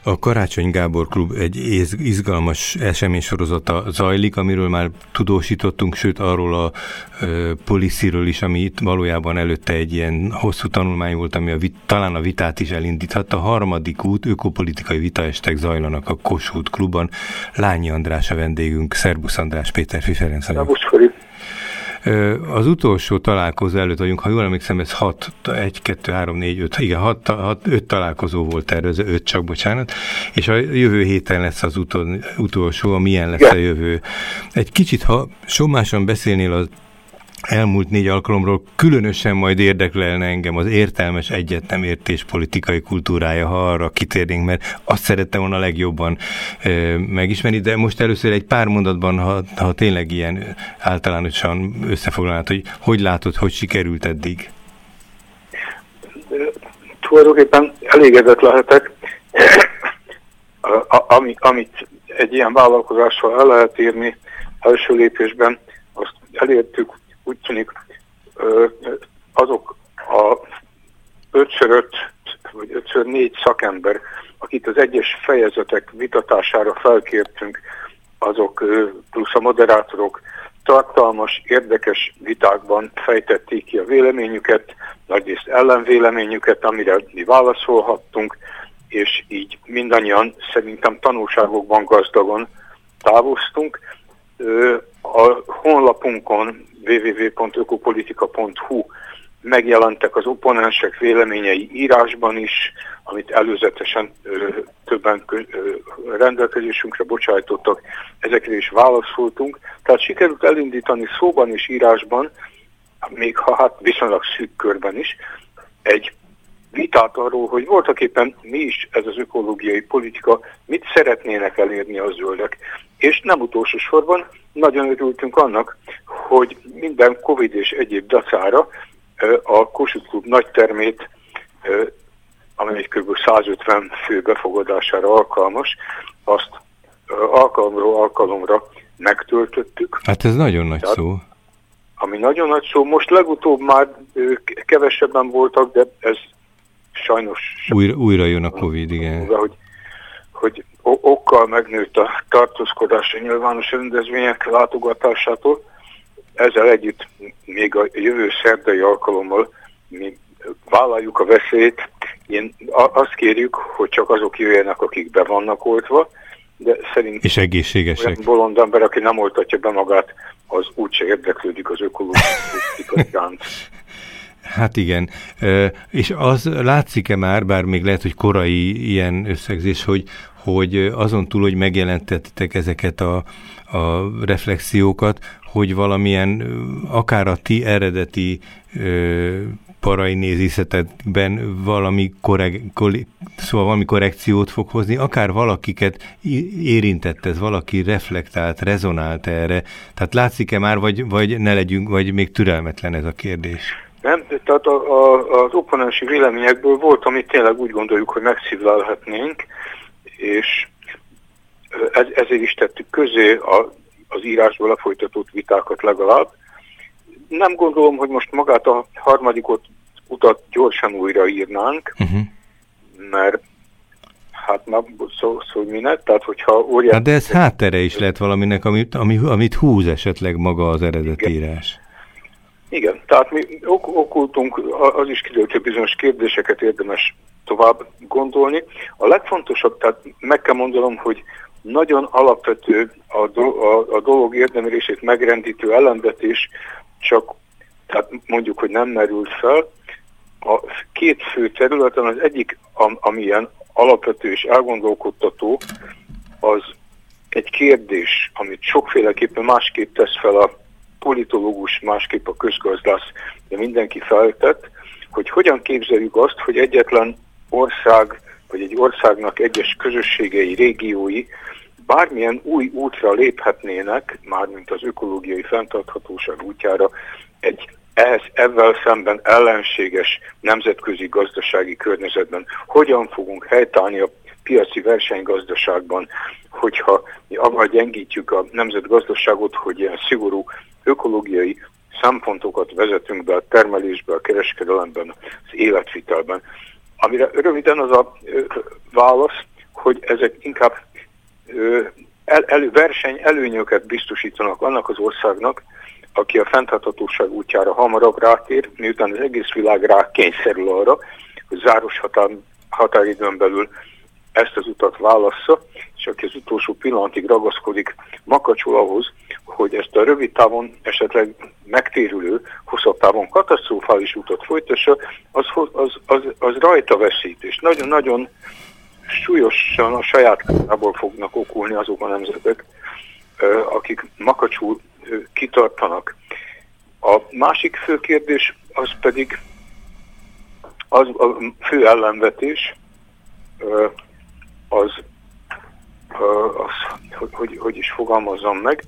A Karácsony Gábor Klub egy izgalmas eseménysorozata zajlik, amiről már tudósítottunk, sőt arról a Policyről is, ami itt valójában előtte egy ilyen hosszú tanulmány volt, ami talán a vitát is elindíthatta. A harmadik út, ökopolitikai vitaestek zajlanak a Kossuth Klubban. Lányi András a vendégünk. Szerbusz András, Péter Ferenc vagyok. Az utolsó találkozó előtt vagyunk, ha jól emlékszem, ez 5 találkozó volt tervezve, 5 csak, bocsánat, és a jövő héten lesz az utolsó, milyen lesz a jövő. Egy kicsit, ha sommásan beszélnél az elmúlt 4 alkalomról, különösen majd érdekelne engem az értelmes egyet-nem értés politikai kultúrája, ha arra kitérnénk, mert azt szerettem volna legjobban megismerni, de most először egy pár mondatban, ha tényleg ilyen általánosan összefoglalnád, hogy látod, hogy sikerült eddig? Tulajdonképpen elégedett lehetek. Amit egy ilyen vállalkozással el lehet érni első lépésben, azt elértük. Úgy tűnik, azok a 5x5 vagy 5x4 szakember, akit az egyes fejezetek vitatására felkértünk, azok plusz a moderátorok tartalmas, érdekes vitákban fejtették ki a véleményüket, nagyrészt ellenvéleményüket, amire mi válaszolhattunk, és így mindannyian szerintem tanulságokban gazdagon távoztunk. A honlapunkon www.ökopolitika.hu megjelentek az opponensek véleményei írásban is, amit előzetesen többen rendelkezésünkre bocsájtottak, ezekre is válaszoltunk. Tehát sikerült elindítani szóban és írásban, még ha hát viszonylag szűk körben is, egy vitát arról, hogy voltaképpen mi is ez az ökológiai politika, mit szeretnének elérni a zöldek. És nem utolsó sorban nagyon örültünk annak, hogy minden Covid és egyéb dacára a Kossuth Klub nagytermét, amely kb. 150 fő befogadására alkalmas, azt alkalomról alkalomra megtöltöttük. Hát ez nagyon nagy szó. Ami nagyon nagy szó. Most legutóbb már kevesebben voltak, de ez sajnos... Újra jön a Covid, igen. Hogy okkal megnőtt a tartózkodás a nyilvános rendezvények látogatásától. Ezzel együtt még a jövő szerdai alkalommal mi vállaljuk a veszélyt. Azt kérjük, hogy csak azok jöjjenek, akik be vannak oltva, de szerintem és egészségesek. Olyan bolond ember, aki nem oltatja be magát, az úgyse érdeklődik az ökológiai iránt. Hát igen, és az látszik-e már, bár még lehet, hogy korai ilyen összegzés, hogy azon túl, hogy megjelentettek ezeket a reflexiókat, hogy valamilyen, akár a ti eredeti parai nézészetekben valami korrekciót fog hozni, akár valakiket érintett ez, valaki reflektált, rezonált erre. Tehát látszik-e már, vagy ne legyünk, vagy még türelmetlen ez a kérdés? Nem, tehát az opponensi véleményekből volt, amit tényleg úgy gondoljuk, hogy megszívlelhetnénk, és ezért is tettük közé az írásból lefolytatott vitákat legalább. Nem gondolom, hogy most magát a harmadik utat gyorsan újraírnánk, mert hát már szó minek, tehát hogyha óriási... Hát de ez háttere is lehet valaminek, amit húz esetleg maga az eredetírás. Igen, tehát mi okultunk, az is kiderült, hogy bizonyos kérdéseket érdemes tovább gondolni. A legfontosabb, tehát meg kell mondanom, hogy nagyon alapvető a dolog érdemérését megrendítő ellenvetés, csak tehát mondjuk, hogy nem merült fel. A két fő területen az egyik, amilyen alapvető és elgondolkodtató, az egy kérdés, amit sokféleképpen másképp tesz fel a politológus, másképp a közgazdász, de mindenki feltett, hogy hogyan képzeljük azt, hogy egyetlen ország, vagy egy országnak egyes közösségei, régiói bármilyen új útra léphetnének, mármint az ökológiai fenntarthatóság útjára, ezzel szemben ellenséges nemzetközi gazdasági környezetben. Hogyan fogunk helytállni a piaci versenygazdaságban, hogyha mi abban gyengítjük a nemzetgazdaságot, hogy ilyen szigorú ökológiai szempontokat vezetünk be a termelésbe, a kereskedelemben, az életvitelben. Amire röviden az a válasz, hogy ezek inkább versenyelőnyöket biztosítanak annak az országnak, aki a fenntarthatóság útjára hamarabb rátér, miután az egész világ rá kényszerül arra, hogy záros határidőn belül ezt az utat válassza, és aki az utolsó pillanatig ragaszkodik makacsul ahhoz, hogy ezt a rövid távon esetleg megtérülő, hosszabb távon katasztrofális utat folytassa, az rajta veszít, és nagyon-nagyon súlyosan a saját kárából fognak okulni azok a nemzetek, akik makacsul kitartanak. A másik fő kérdés az pedig az a fő ellenvetés, hogy is fogalmazzam meg.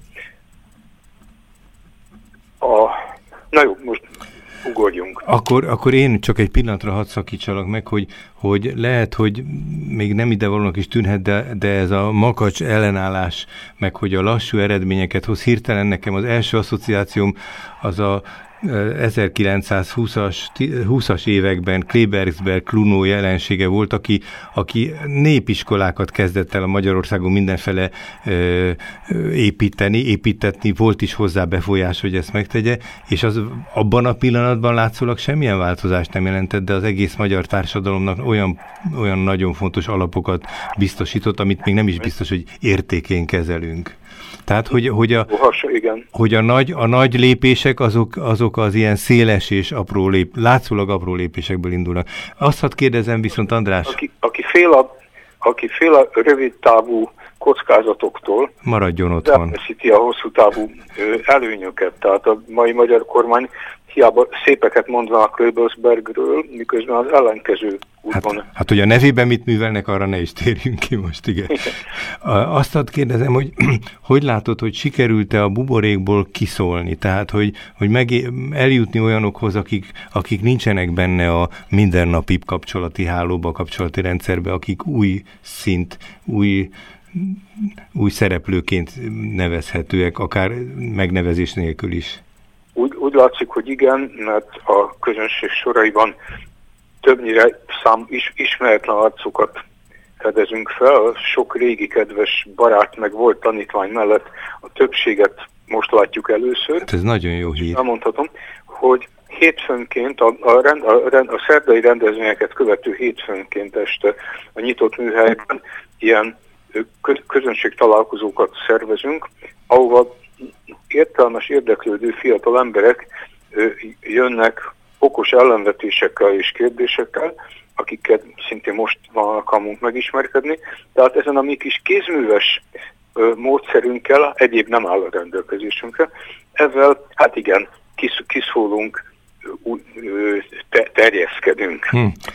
Na jó, most ugorjunk. Akkor én csak egy pillanatra hadd szakítsalak meg, hogy lehet, hogy még nem idevalónak is tűnhet, de ez a makacs ellenállás, meg hogy a lassú eredményeket hoz, nekem az első asszociációm az a 1920-as években Klebersberg Clunó jelensége volt, aki népiskolákat kezdett el a Magyarországon mindenfele építetni, volt is hozzá befolyás, hogy ezt megtegye, és az abban a pillanatban látszólag semmilyen változást nem jelentett, de az egész magyar társadalomnak olyan nagyon fontos alapokat biztosított, amit még nem is biztos, hogy értékén kezelünk. Tehát, hogy a nagy lépések azok az ilyen széles és látszólag apró lépésekből indulnak. Azt hadd kérdezem viszont, András. Aki fél a rövid távú kockázatoktól, maradjon otthon. Elveszíti a hosszú távú előnyöket. Tehát a mai magyar kormány hiába szépeket mondanak Klebersbergről, miközben az ellenkező úton. Hát, hogy a nevében mit művelnek, arra ne is térjünk ki most, igen. Azt hadd kérdezem, hogy látod, hogy sikerült-e a buborékból kiszólni? Tehát, hogy eljutni olyanokhoz, akik nincsenek benne a mindennapi kapcsolati hálóba, kapcsolati rendszerbe, akik új szereplőként nevezhetőek, akár megnevezés nélkül is. Úgy látszik, hogy igen, mert a közönség soraiban többnyire ismeretlen arcokat fedezünk fel. Sok régi kedves barát meg volt tanítvány mellett a többséget most látjuk először. Hát ez nagyon jó hír. Elmondhatom, hogy hétfőnként, a szerdai rendezvényeket követő hétfőnként este a nyitott műhelyben ilyen közönségtalálkozókat szervezünk, ahova értelmes, érdeklődő fiatal emberek jönnek okos ellenvetésekkel és kérdésekkel, akiket szintén most van alkalmunk megismerkedni. Tehát ezen a mi kis kézműves módszerünkkel, egyéb nem áll a rendelkezésünkre, ezzel, hát igen, kiszólunk, terjeszkedünk.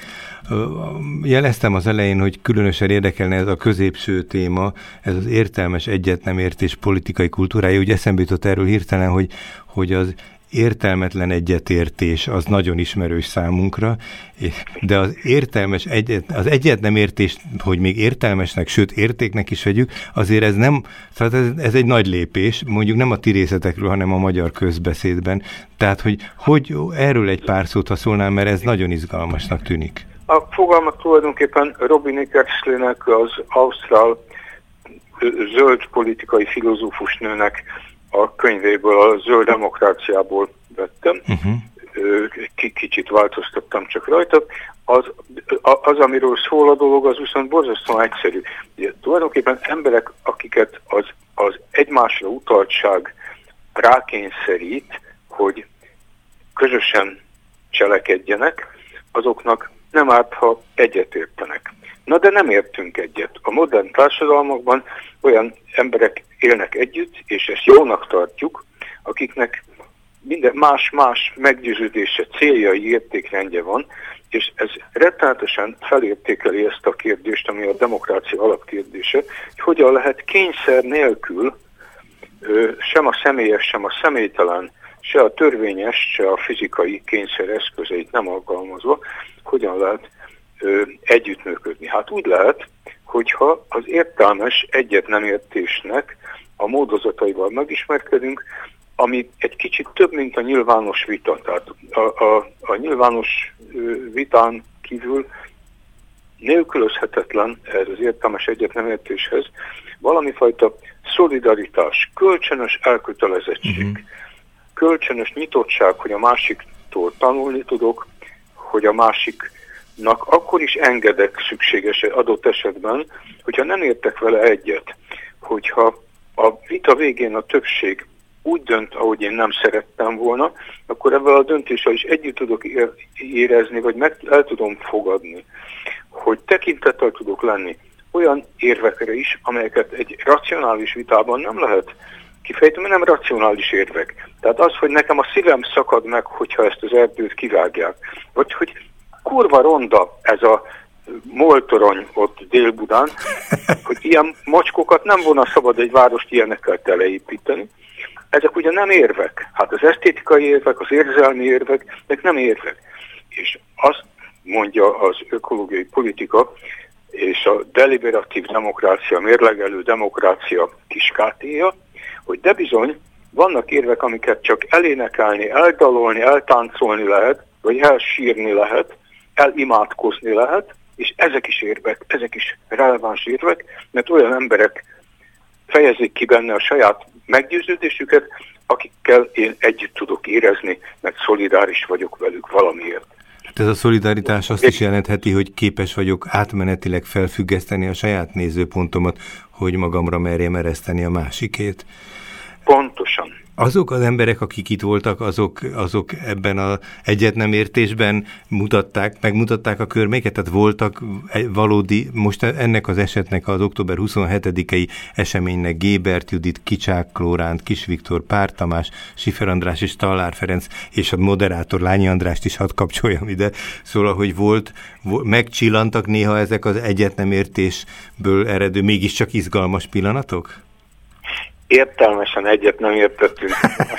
Jeleztem az elején, hogy különösen érdekelne ez a középső téma, ez az értelmes egyet-nem-értés politikai kultúrája. Úgy eszembe jutott erről hirtelen, hogy az értelmetlen egyetértés az nagyon ismerős számunkra, de az értelmes az egyet-nem-értés, hogy még értelmesnek, sőt értéknek is vegyük, azért ez nem, tehát ez egy nagy lépés, mondjuk nem a ti részletekről, hanem a magyar közbeszédben. Tehát, hogy erről egy pár szót, ha szólnál, mert ez nagyon izgalmasnak tűnik. A fogalmat tulajdonképpen Robin Eckersleynek, az ausztrál zöld politikai filozófus nőnek a könyvéből, a Zöld demokráciából vettem. Kicsit változtattam csak rajta. Az, amiről szól a dolog, az viszont borzasztóan egyszerű. Ugye, tulajdonképpen emberek, akiket az egymásra utaltság rákényszerít, hogy közösen cselekedjenek, azoknak nem árt, ha egyetértenek. Na de nem értünk egyet. A modern társadalmakban olyan emberek élnek együtt, és ezt jónak tartjuk, akiknek minden más meggyőződése, céljai, értékrendje van, és ez rettenetesen felértékeli ezt a kérdést, ami a demokrácia alapkérdése, hogy hogyan lehet kényszer nélkül sem a személyes, sem a személytelen, se a törvényes, se a fizikai kényszer eszközeit nem alkalmazva, hogyan lehet együttműködni. Hát úgy lehet, hogyha az értelmes egyet-nem-értésnek a módozataival megismerkedünk, ami egy kicsit több, mint a nyilvános vita. Tehát a nyilvános vitán kívül nélkülözhetetlen ez az értelmes egyetnemértéshez valami fajta szolidaritás, kölcsönös elkötelezettség, kölcsönös nyitottság, hogy a másiktól tanulni tudok, hogy a másiknak akkor is engedek szükséges adott esetben, hogyha nem értek vele egyet, hogyha a vita végén a többség úgy dönt, ahogy én nem szerettem volna, akkor ebben a döntéssel is együtt tudok érezni, vagy el tudom fogadni, hogy tekintettel tudok lenni olyan érvekre is, amelyeket egy racionális vitában nem lehet kifejteni, mert nem racionális érvek. Tehát az, hogy nekem a szívem szakad meg, hogyha ezt az erdőt kivágják, vagy hogy kurva ronda ez a moltorony ott Dél-Budán, hogy ilyen macskókat nem volna szabad egy várost ilyenekkel teleépíteni. Ezek ugye nem érvek. Hát az esztétikai érvek, az érzelmi érvek, ezek nem érvek. És azt mondja az ökológiai politika és a deliberatív demokrácia, mérlegelő demokrácia kiskátéja, hogy de bizony vannak érvek, amiket csak elénekelni, eldalolni, eltáncolni lehet, vagy elsírni lehet, elimádkozni lehet, és ezek is érvek, ezek is releváns érvek, mert olyan emberek fejezik ki benne a saját meggyőződésüket, akikkel én együtt tudok érezni, mert szolidáris vagyok velük valamiért. Ez a szolidaritás azt is jelentheti, hogy képes vagyok átmenetileg felfüggeszteni a saját nézőpontomat, hogy magamra merjem ereszteni a másikét. Pontosan. Azok az emberek, akik itt voltak, azok ebben az egyetnemértésben megmutatták a körméket, tehát voltak valódi, most ennek az esetnek az október 27-i eseménynek Gébert Judit, Kicsák Lóránt, Kis Viktor, Pár Tamás, Sifer András és Tallár Ferenc, és a moderátor Lányi Andrást is hadd kapcsoljam ide, szóval, hogy megcsillantak néha ezek az egyetnemértésből eredő, mégiscsak izgalmas pillanatok? Értelmesen egyet nem értettünk.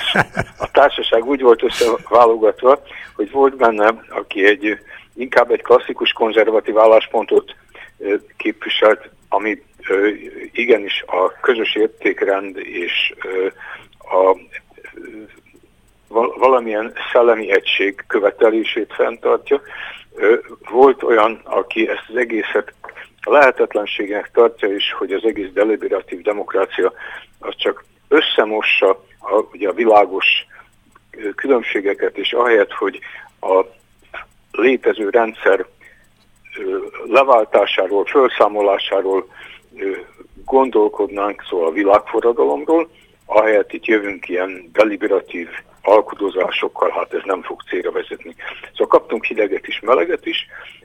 A társaság úgy volt összeválogatva, hogy volt benne, aki inkább egy klasszikus konzervatív álláspontot képviselt, ami igenis a közös értékrend és valamilyen szellemi egység követelését fenntartja. Volt olyan, aki ezt az egészet lehetetlenségnek tartja is, hogy az egész deliberatív demokrácia az csak összemossa ugye a világos különbségeket, és ahelyett, hogy a létező rendszer leváltásáról, felszámolásáról gondolkodnánk, szóval a világforradalomról, ahelyett itt jövünk ilyen deliberatív alkudozásokkal, hát ez nem fog célra vezetni. Szóval kaptunk hideget is, meleget is,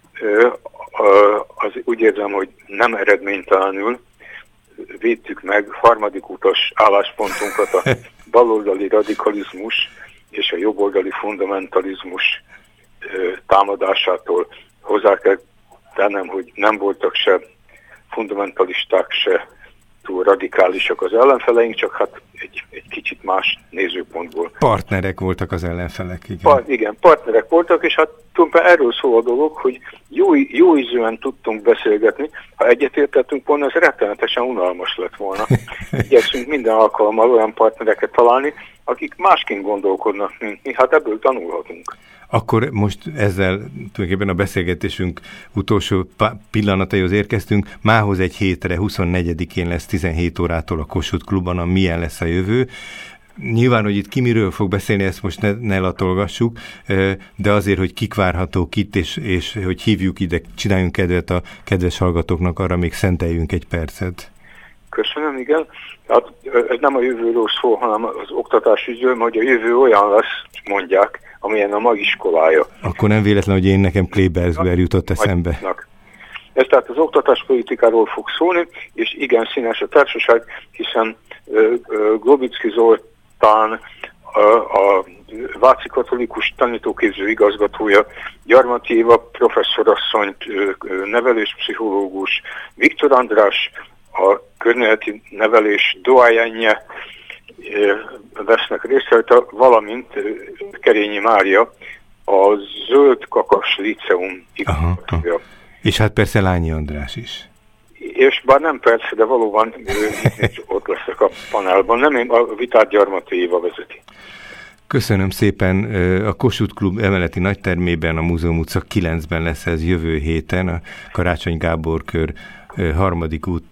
úgy érzem, hogy nem eredménytelenül védtük meg harmadik utas álláspontunkat a baloldali radikalizmus és a jobboldali fundamentalizmus támadásától. Hozzá kell tennem, hogy nem voltak se fundamentalisták, se túl radikálisak az ellenfeleink, csak hát egy kicsit más nézőpontból. Partnerek voltak az ellenfelek, igen. Igen, partnerek voltak, és hát tulajdonképpen erről szól a dolog, hogy jó ízűen tudtunk beszélgetni. Ha egyetértettünk volna, ez rettenetesen unalmas lett volna. Igyekszünk minden alkalommal olyan partnereket találni, akik másként gondolkodnak, mint mi. Hát ebből tanulhatunk. Akkor most ezzel tulajdonképpen a beszélgetésünk utolsó pillanataihoz érkeztünk. Mához egy hétre, 24-én lesz 17 órától a Kossuth Klubban a Milyen lesz a jövő. Nyilván, hogy itt ki miről fog beszélni, ezt most ne latolgassuk, de azért, hogy kik várhatók itt, és hogy hívjuk ide, csináljunk kedvet a kedves hallgatóknak, arra még szenteljünk egy percet. Köszönöm, igen. Hát ez nem a jövőről szól, hanem az oktatásügyről, hogy a jövő olyan lesz, mondják, amilyen a magiskolája. Akkor nem véletlen, hogy nekem Klebersberg jutott eszembe. Ez tehát az oktatáspolitikáról fog szólni, és igen színes a társaság, hiszen Globicki Zoltán, a Váci Katolikus Tanítóképző igazgatója, Gyarmati Éva professzorasszonyt, neveléspszichológus, Viktor András, a környezeti nevelés doájenje vesznek részt, valamint Kerényi Mária, a Zöld Kakas Liceum igazgatója. És hát persze Lányi András is. És bár nem persze, de valóban ott leszek a panelban. Nem én, a vitát Gyarmati Éva vezeti. Köszönöm szépen. A Kossuth Klub emeleti nagytermében, a Múzeum utca 9-ben lesz ez jövő héten, a Karácsony Gábor kör harmadik út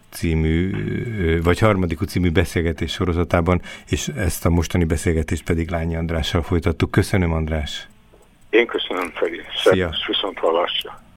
című beszélgetés sorozatában, és ezt a mostani beszélgetést pedig Lányi Andrással folytattuk. Köszönöm, András! Én köszönöm, Feri. Szervusz, viszont hallásra!